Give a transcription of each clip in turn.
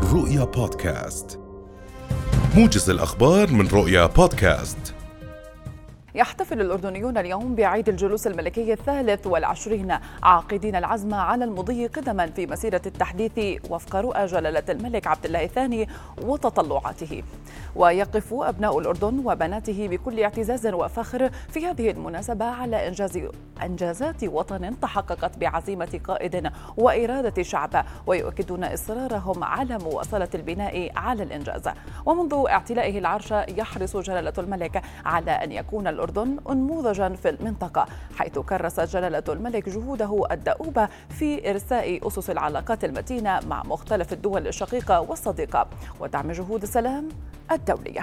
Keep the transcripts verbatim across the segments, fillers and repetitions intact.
رؤيا بودكاست، موجز الأخبار من رؤيا بودكاست. يحتفل الأردنيون اليوم بعيد الجلوس الملكي الثالث والعشرين، عاقدين العزم على المضي قدما في مسيرة التحديث وفق رؤى جلالة الملك عبد الله الثاني وتطلعاته. ويقف أبناء الأردن وبناته بكل اعتزاز وفخر في هذه المناسبة على إنجاز إنجازات وطن تحققت بعزيمة قائد وإرادة شعب، ويؤكدون إصرارهم على مواصلة البناء على الإنجاز. ومنذ اعتلائه العرش يحرص جلالة الملك على أن يكون الأردن نموذجا في المنطقة، حيث كرس جلالة الملك جهوده الدؤوبة في إرساء أسس العلاقات المتينة مع مختلف الدول الشقيقة والصديقة ودعم جهود السلام الدولية.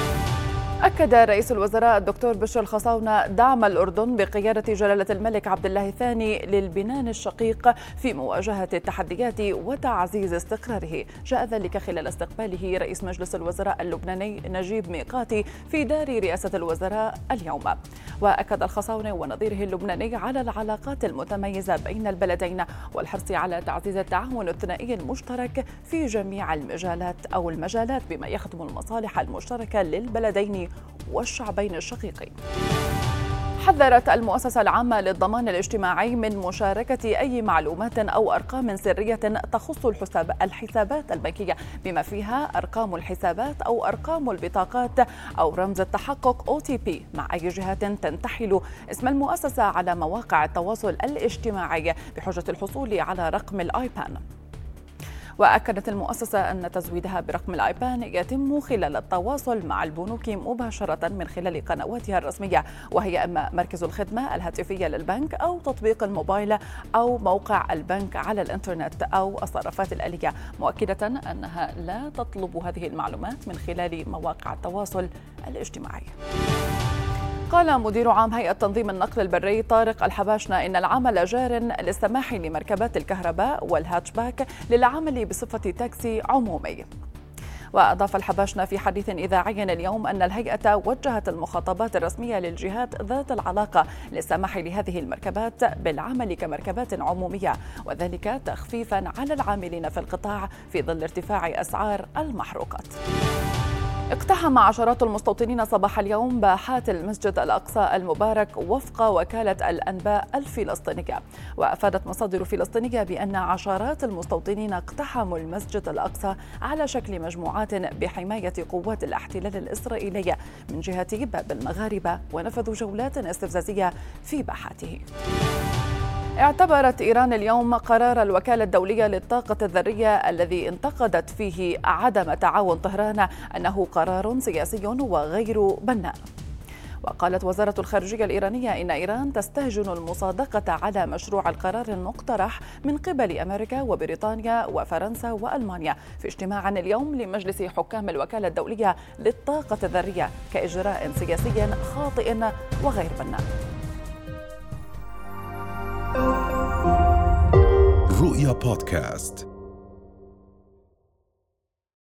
أكد رئيس الوزراء الدكتور بشر الخصاونة دعم الأردن بقيادة جلالة الملك عبد الله الثاني للبنان الشقيق في مواجهة التحديات وتعزيز استقراره. جاء ذلك خلال استقباله رئيس مجلس الوزراء اللبناني نجيب ميقاتي في دار رئاسة الوزراء اليوم. وأكد الخصاونة ونظيره اللبناني على العلاقات المتميزة بين البلدين والحرص على تعزيز التعاون الثنائي المشترك في جميع المجالات أو المجالات بما يخدم المصالح المشتركة للبلدين والشعبين الشقيقين. حذرت المؤسسة العامة للضمان الاجتماعي من مشاركة أي معلومات أو أرقام سرية تخص الحساب الحسابات البنكية بما فيها أرقام الحسابات أو أرقام البطاقات أو رمز التحقق أو تي بي مع أي جهات تنتحل اسم المؤسسة على مواقع التواصل الاجتماعي بحجة الحصول على رقم الآيبان. وأكدت المؤسسة أن تزويدها برقم الآيبان يتم خلال التواصل مع البنوك مباشرة من خلال قنواتها الرسمية، وهي إما مركز الخدمة الهاتفية للبنك أو تطبيق الموبايل أو موقع البنك على الإنترنت أو الصرافات الآلية، مؤكدة أنها لا تطلب هذه المعلومات من خلال مواقع التواصل الاجتماعي. قال مدير عام هيئة تنظيم النقل البري طارق الحباشنة إن العمل جار للسماح لمركبات الكهرباء والهاتشباك للعمل بصفة تاكسي عمومي. وأضاف الحباشنة في حديث إذاعي اليوم أن الهيئة وجهت المخاطبات الرسمية للجهات ذات العلاقة للسماح لهذه المركبات بالعمل كمركبات عمومية، وذلك تخفيفا على العاملين في القطاع في ظل ارتفاع أسعار المحروقات. اقتحم عشرات المستوطنين صباح اليوم باحات المسجد الأقصى المبارك وفق وكالة الأنباء الفلسطينية. وأفادت مصادر فلسطينية بأن عشرات المستوطنين اقتحموا المسجد الأقصى على شكل مجموعات بحماية قوات الاحتلال الإسرائيلية من جهة باب المغاربة ونفذوا جولات استفزازية في باحاته. اعتبرت إيران اليوم قرار الوكالة الدولية للطاقة الذرية الذي انتقدت فيه عدم تعاون طهران أنه قرار سياسي وغير بناء. وقالت وزارة الخارجية الإيرانية إن إيران تستهجن المصادقة على مشروع القرار المقترح من قبل أمريكا وبريطانيا وفرنسا وألمانيا في اجتماع اليوم لمجلس حكام الوكالة الدولية للطاقة الذرية كإجراء سياسي خاطئ وغير بناء. رؤيا بودكاست.